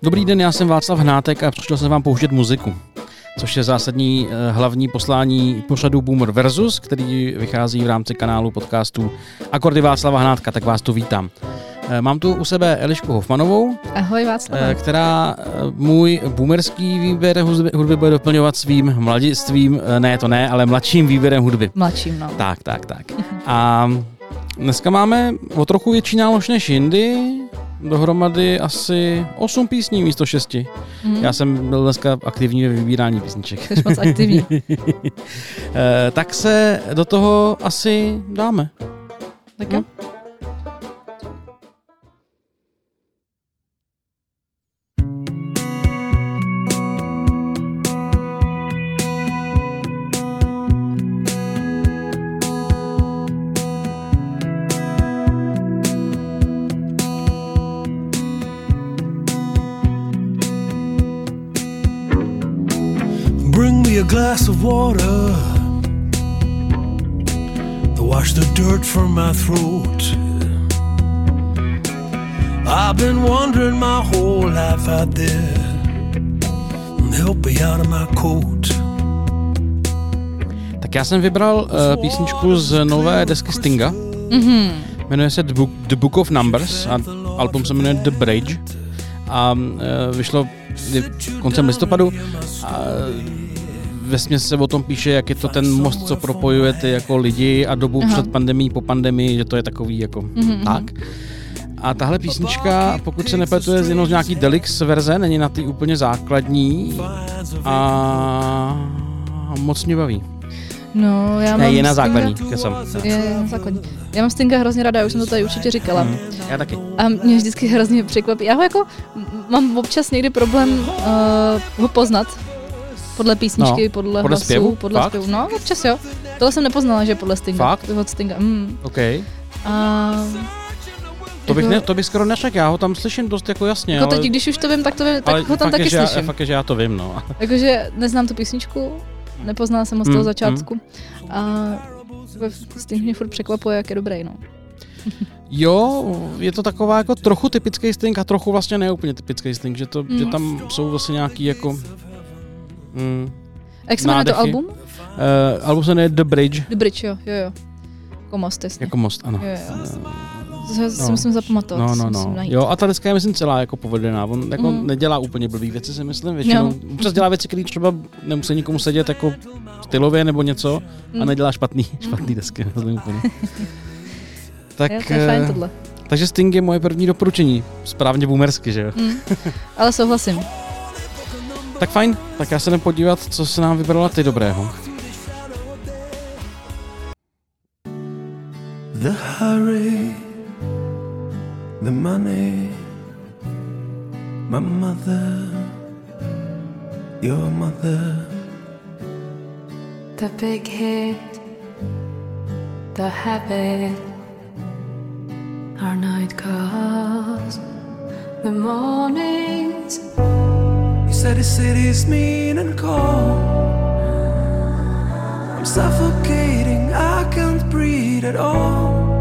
Dobrý den, já jsem Václav Hnátek a přišel jsem vám pouštět muziku, což je zásadní hlavní poslání pořadu Boomer Versus, který vychází v rámci kanálu podcastů Akordy Václava Hnátka, tak vás tu vítám. Mám tu u sebe Elišku Hofmanovou, ahoj Václav, která můj boomerský výběr hudby bude doplňovat svým mladistvím, ale mladším výběrem hudby. Mladším, no. Tak. A dneska máme o trochu větší nálož než jindy, dohromady asi 8 písní místo 6. Já jsem byl dneska aktivní ve vybírání písniček. Jsi moc aktivní. Tak se do toho asi dáme. Tak jo. A glass of water to wash the dirt from my throat. I've been wandering my whole life out there. Help me out of my coat. Tak já jsem vybral písničku z nové desky Stinga. Jmenuje se The Book of Numbers a album se jmenuje The Bridge. A vyšlo koncem listopadu. Vesměs se o tom píše, jak je to ten most, co propojuje ty jako lidi a dobu před pandemií, po pandemii, že to je takový jako tak. A tahle písnička, pokud se nepletu, je z nějaký deluxe verze, není na ty úplně základní a moc mě baví. No, já ne, mám je na Stinga... základní, je na základní. Já mám Stinga hrozně ráda, já už jsem to tady určitě říkala. Já taky. A mě vždycky hrozně překvapí. Já ho jako mám občas někdy problém ho poznat. Podle písničky, podle hlasu, zpěvu? podle zpěvu. No, občas jo. Tohle jsem nepoznala, že je podle Stinga. Fakt? Od Stinga. OK. A... To bych skoro nešak, já ho tam slyším dost jako jasně. Jako teď, když už to vím, tak ho tam taky slyším. Fakt je, že já to vím, no. Jakože neznám tu písničku, nepoznala jsem ho z toho začátku. A Sting mě furt překvapuje, jak je dobrý, no. Jak je to taková jako trochu typický Sting a trochu vlastně neúplně typický Sting, že tam jsou vlastně nějaký jako jak se jmenuje to album? Album se jmenuje The Bridge. The Bridge, jo. Jako most, jasně. Jako most, ano. Jo. To si musím zapamatovat. No. Jo, a ta deska je, myslím, celá jako povedená. On jako nedělá úplně blbý věci, si myslím, většinou. Občas dělá věci, které třeba nemusí nikomu sedět jako stylově nebo něco a nedělá špatný desky. Tak, to je fajn tohle. Takže Sting je moje první doporučení. Správně boomersky, že jo? Ale souhlasím. Tak fajn, tak já se jdem podívat, co se nám vybrala ty dobrého. The hurry, the money, my mother, your mother. The big hit, the habit, our night calls, the mornings. Said the city's mean and cold. I'm suffocating, I can't breathe at all.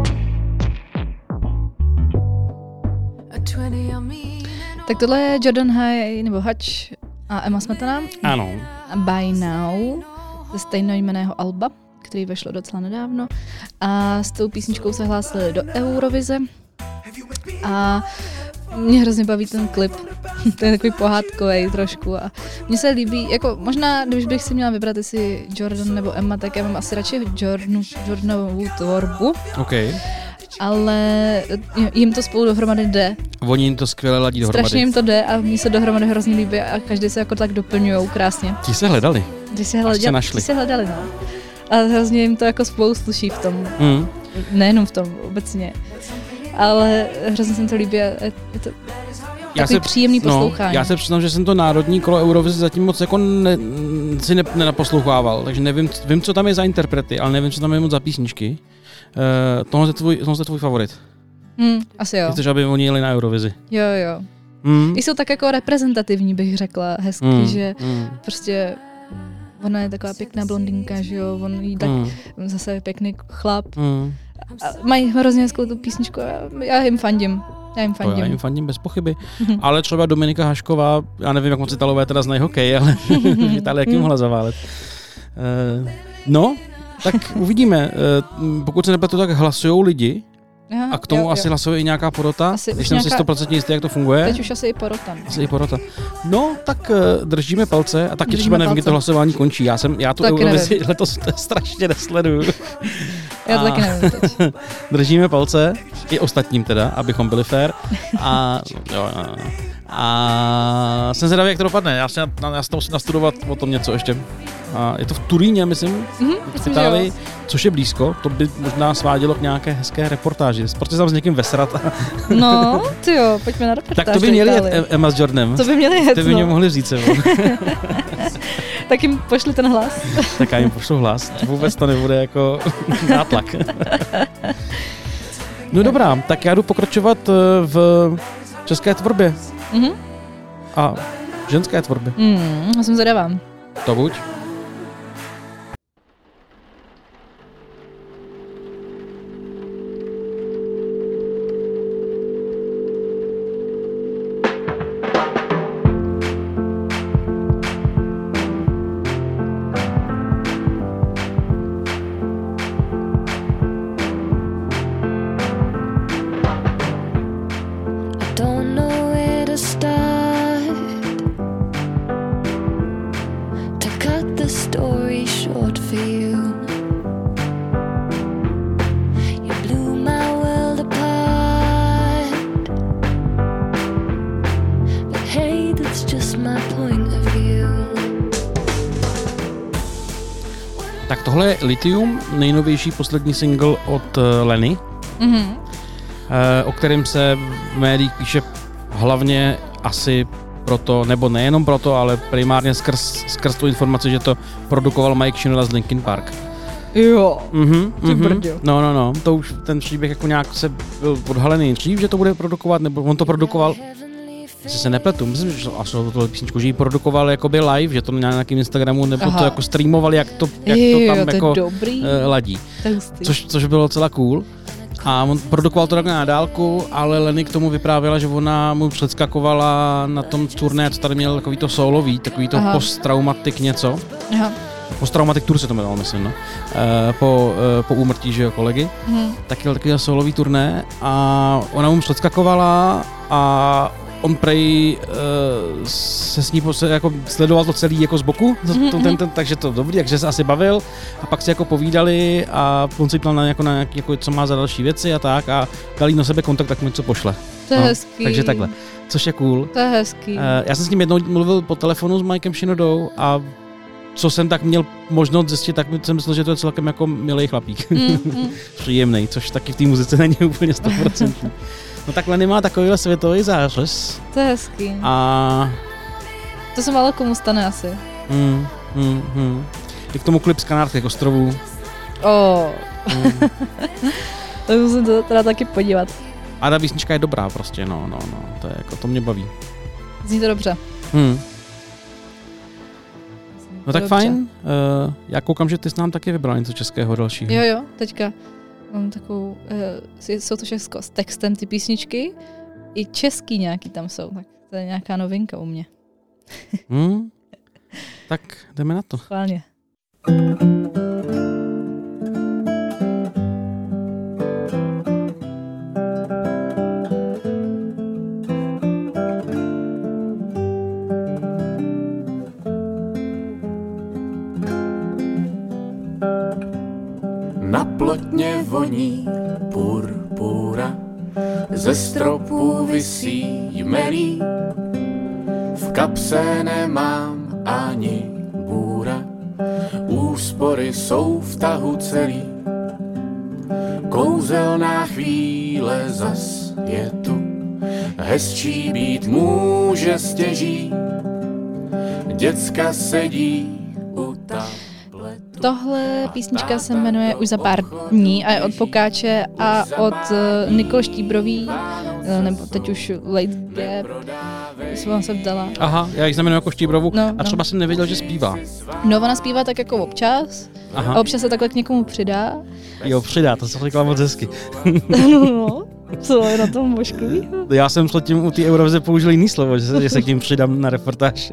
Tak tohle je Jordan Hutch a Emma Smetana. Ano. By Now ze stejnojmenného alba, který vešlo docela nedávno. A s tou písničkou se hlásili do Eurovize. A mě hrozně baví ten klip. To je takový pohádkovej trošku a mně se líbí, jako možná, když bych si měla vybrat jestli Jordan nebo Emma, tak já mám asi radši Jordanovu tvorbu. OK. Ale jim to spolu dohromady jde. Oni jim to skvěle ladí dohromady. Strašně jim to jde a mně se dohromady hrozně líbí a každý se jako tak doplňujou krásně. Ti se hledali. Ti se hledali, no. A hrozně jim to jako spolu sluší v tom. Nejenom v tom, obecně. Ale hrozně se mi to líbí a je to takový příjemný poslouchání. Já se přiznám, že jsem to národní kolo Eurovize zatím moc jako nenaposlouchával, takže vím, co tam je za interprety, ale nevím, co tam je moc za písničky. Tohle je tvůj favorit. Asi jo. Chceš, aby oni jeli na Eurovizi. Jo. Jsou tak jako reprezentativní, bych řekla, hezky, že prostě ona je taková pěkná blondýnka, že jo, on jí tak zase pěkný chlap. A mají hrozně hezkou tu písničku a já jim fandím. Já jim fandím. Já jim fandím bez pochyby. Ale třeba Dominika Hašková, já nevím, jak moc Italové teda znají hokej, ale v Itálii jak jim mohla zaválet. No, tak uvidíme. Pokud se nepletu, tak hlasujou lidi. Aha, a k tomu asi hlasuje i nějaká porota, když jsem si 100% jistý, jak to funguje. Teď už asi i porota. No, tak držíme palce a taky třeba nevím, kdy to hlasování končí. Já tu Eurovizi letos strašně nesleduju. Já to taky nevím teď. Držíme palce, i ostatním teda, abychom byli fair. A jsem zvědavý, jak to dopadne. Já si to musím nastudovat o tom něco ještě. A je to v Turíně, myslím, v Itálii, což je blízko. To by možná svádělo k nějaké hezké reportáži. Prostě tam s někým vesrat. No, tyjo, pojďme na reportáž. Tak to by měli jet Emma s Jordanem. To by měli jet, Ty by mě mohli říct, Tak jim pošli ten hlas. Tak já jim pošlu hlas. Vůbec to nebude jako nátlak. No dobrá, tak já jdu pokračovat v české tvorbě. A ženské tvorbě. Já jsem zvědavá. To buď. Tak tohle je Lithium, nejnovější poslední single od Leny, o kterém se v médiích píše hlavně asi proto, nebo nejenom proto, ale primárně skrz tu informaci, že to produkoval Mike Shinoda z Linkin Park. Jo, ty brďo. No, to už ten příběh jako nějak se byl odhalený dřív, že to bude produkovat, nebo on to produkoval, jestli se nepletu, myslím, že tohle písničku, že ji produkoval jakoby live, že to na nějakým Instagramu, nebo to jako streamovali, jak to tam jako ladí. Což bylo docela cool. A on produkoval to tak na dálku, ale Lenny k tomu vyprávěla, že ona mu předskakovala na tom turné, co tady měl takový to solový, takový to post-traumatic něco. Aha. Post-traumatic tour se to jmenovalo, myslím, no. Po úmrtí, že jo, kolegy. Tak měl takový solový turné a ona mu předskakovala a on prej se s ní jako sledoval to celý jako z boku, takže to dobrý, takže se asi bavil a pak si jako povídali a on si ptal na nějaký, jako, co má za další věci a tak a dal jí na sebe kontakt, tak mu něco pošle. To je hezký. Takže takhle, což je cool. To je hezký. Já jsem s ním jednou mluvil po telefonu s Mikem Shinodou a co jsem tak měl možnost zjistit, tak jsem myslel, že to je celkem jako milý chlapík. Příjemnej, což taky v té muzice není úplně 100%. No tak Lenny má takovýhle světový zářez. To je hezký. A to se málo komu stane asi. I k tomu klip z Kanárských ostrovů. To musím to teda taky podívat. A ta písnička je dobrá prostě, no, to je jako, to mě baví. Zní to dobře. No tak fajn, já koukám, že ty jsi nám taky vybral něco českého dalšího. Jo, teďka mám takovou, jsou to všechno s textem ty písničky, i český nějaký tam jsou, tak to je nějaká novinka u mě. Tak jdeme na to. Schválně. Na plotně voní purpura, ze stropů visí jmelí, v kapse nemám ani bůra, úspory jsou v tahu celý, kouzelná chvíle zas je tu, hezčí být může stěží, děcka sedí u tabletu. Tohle písnička se jmenuje Už za pár dní a je od Pokáče a od Nikol Štíbrový, nebo teď už Late Gap, jestli vám se vdala. Aha, já ji znamenuji jako Štíbrovu a třeba jsem nevěděl, že zpívá. No, ona zpívá tak jako občas. A občas se takhle k někomu přidá. Jo, přidá, to se říkala moc hezky. Co je na tom ošklivýho? Já jsem tím u té Eurovize použil jiný slovo, že se k tím přidám na reportáž.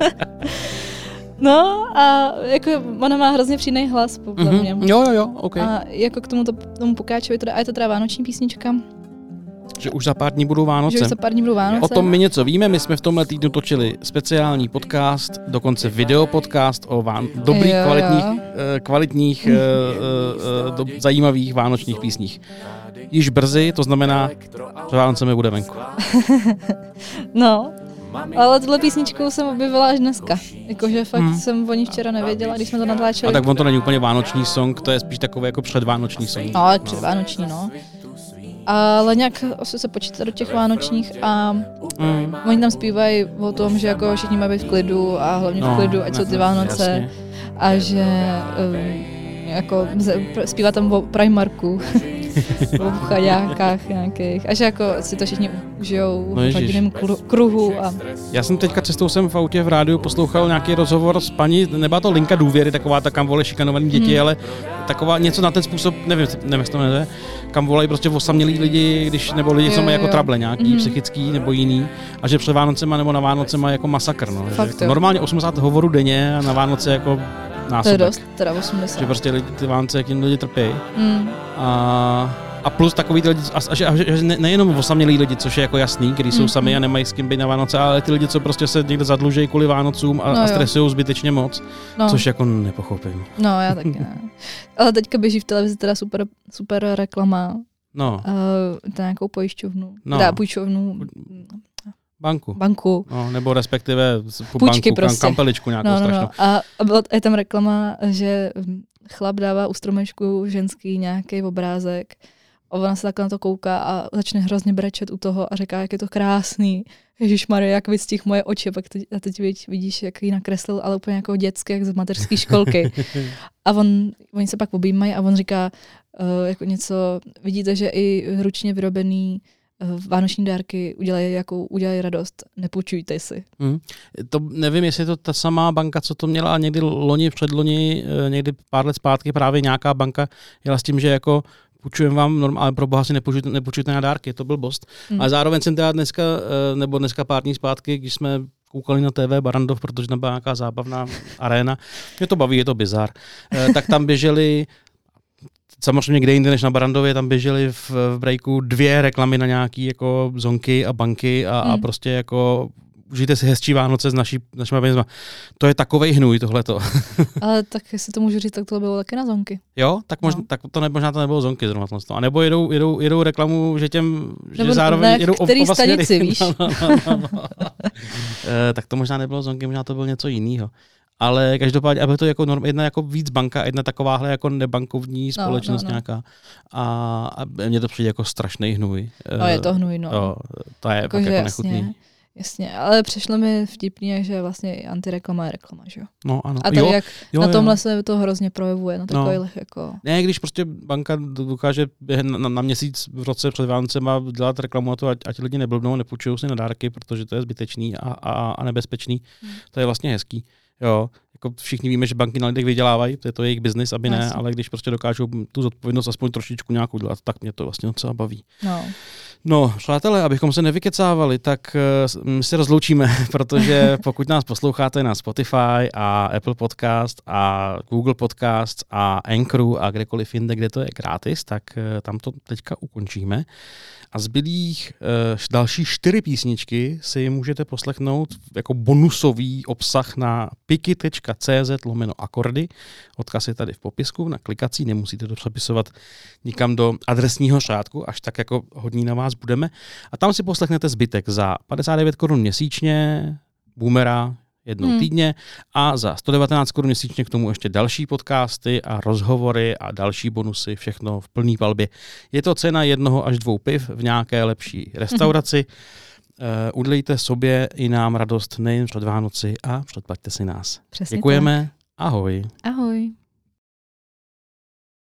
No a jako ona má hrozně příjemný hlas, podle mě. Jo, ok. A jako k tomu Pokáčovi, a je to teda vánoční písnička. Že už za pár dní budou Vánoce. O tom my něco víme, my jsme v tomhle týdnu točili speciální podcast, dokonce videopodcast o dobrých, kvalitních zajímavých vánočních písních. Již brzy, to znamená, že Vánocemi bude venku. No, ale tuhle písničku jsem objevila až dneska. Jakože fakt jsem o ní včera nevěděla, když jsme to natáčeli. A tak on to není úplně vánoční song, to je spíš takový jako předvánoční song. No, předvánoční, no. Ale nějak asi se počítá do těch vánočních a oni tam zpívají o tom, že jako všichni mají být v klidu a hlavně v klidu, ať jsou ty Vánoce. Jasně. A že jako zpívá tam o Primarku, o chaďákách nějakých a že jako si to všichni užijou v rodinném kruhu. A... Já jsem teďka cestou jsem v autě v rádiu poslouchal nějaký rozhovor s paní, nebyla to Linka důvěry, taková ta, kam volají šikanovaný děti, ale taková něco na ten způsob, nevím, jak to jmenuje, kam volají prostě osamělí lidi, nebo lidi, co mají jako trable nějaký, psychický nebo jiný, a že před Vánocema nebo na Vánocema jako masakr, no. Fakt, normálně 80 hovorů denně a na Vánoce jako násobek. To je dost, teda 80. Že prostě ty Vánoce, jak jim lidi trpí. A plus takový ty lidi, že nejenom osamělí lidi, což je jako jasný, kteří jsou sami a nemají s kým být na Vánoce, ale ty lidi, co prostě se někde zadlužejí kvůli Vánocům a stresují zbytečně moc, což jako nepochopím. No, já taky ne. Ale teďka běží v televizi teda super reklama. No. To nějakou pojišťovnu. Teda půjčovnu. Banku. No, nebo respektive půjčky banku, prostě. Kampeličku nějakou strašnou. No. A je tam reklama, že chlap dává u stromečku ženský nějaký obrázek a ona se takhle na to kouká a začne hrozně brečet u toho a říká, jak je to krásný. Ježišmarja, jak vystih moje oči, pak teď vidíš, jak ji nakreslil, ale úplně jako dětský, jak z mateřské školky. A oni se pak objímají a on říká jako něco, vidíte, že i ručně vyrobený vánoční dárky udělají radost, nepůjčujte si. To nevím, jestli je to ta samá banka, co to měla někdy předloni, někdy pár let zpátky právě nějaká banka jela s tím, že jako půjčujem vám, ale pro boha si nepůjčujte na dárky, to byl bost. Ale zároveň jsem teda dneska pár dní zpátky, když jsme koukali na TV Barrandov, protože tam byla nějaká zábavná aréna, mě to baví, je to bizár, tak tam běželi samozřejmě kde jinde než na Barrandově, tam běžely v breaku 2 reklamy na nějaký jako zonky a banky a prostě jako užijte si hezčí Vánoce s našimi penězma. To je takovej hnůj tohleto. Ale tak jestli to můžu říct, tak to bylo taky na zonky. Jo? Tak možná to nebylo zonky zrovna. A nebo jedou reklamu, že že zároveň jedou který stanici, víš? Tak to možná nebylo zonky, možná to bylo něco jiného. Ale každopádně, aby to jako jedna jako víc banka, jedna takováhle jako nebankovní společnost nějaká. A mně to přijde jako strašný hnůj. No je to hnůj, no. Jo, to je jako nechutný. Jasně, ale přišlo mi vtipný, že vlastně antireklama je reklama, že jo? No ano. A tady jak na tomhle se to hrozně projevuje, na takových jako... Ne, když prostě banka dokáže na měsíc v roce před Vánocema dělat reklamu na to, ať lidi neblbnou, nepůjčují si na dárky, protože to je zbytečný a nebezpečný. To je vlastně hezký. Jo, jako všichni víme, že banky na lidech vydělávají, to je to jejich biznis, aby ne, ale když prostě dokážou tu zodpovědnost aspoň trošičku nějakou dělat, tak mě to vlastně docela baví. No, přátelé, abychom se nevykecávali, tak my se rozloučíme, protože pokud nás posloucháte na Spotify a Apple Podcast a Google Podcast a Anchoru a kdekoliv jinde, kde to je gratis, tak tam to teďka ukončíme. A zbylých další 4 písničky si můžete poslechnout jako bonusový obsah na piki.cz/akordy. Odkaz je tady v popisku, na klikací, nemusíte to přepisovat nikam do adresního řádku, až tak jako hodní na vás budeme. A tam si poslechnete zbytek za 59 Kč měsíčně, Boomera jednou týdně a za 119 Kč měsíčně k tomu ještě další podcasty a rozhovory a další bonusy, všechno v plný palbě. Je to cena 1 až 2 piv v nějaké lepší restauraci. Udělejte sobě i nám radost nejen před Vánoci a předplaťte si nás. Přesně děkujeme. Tak. Ahoj. Ahoj.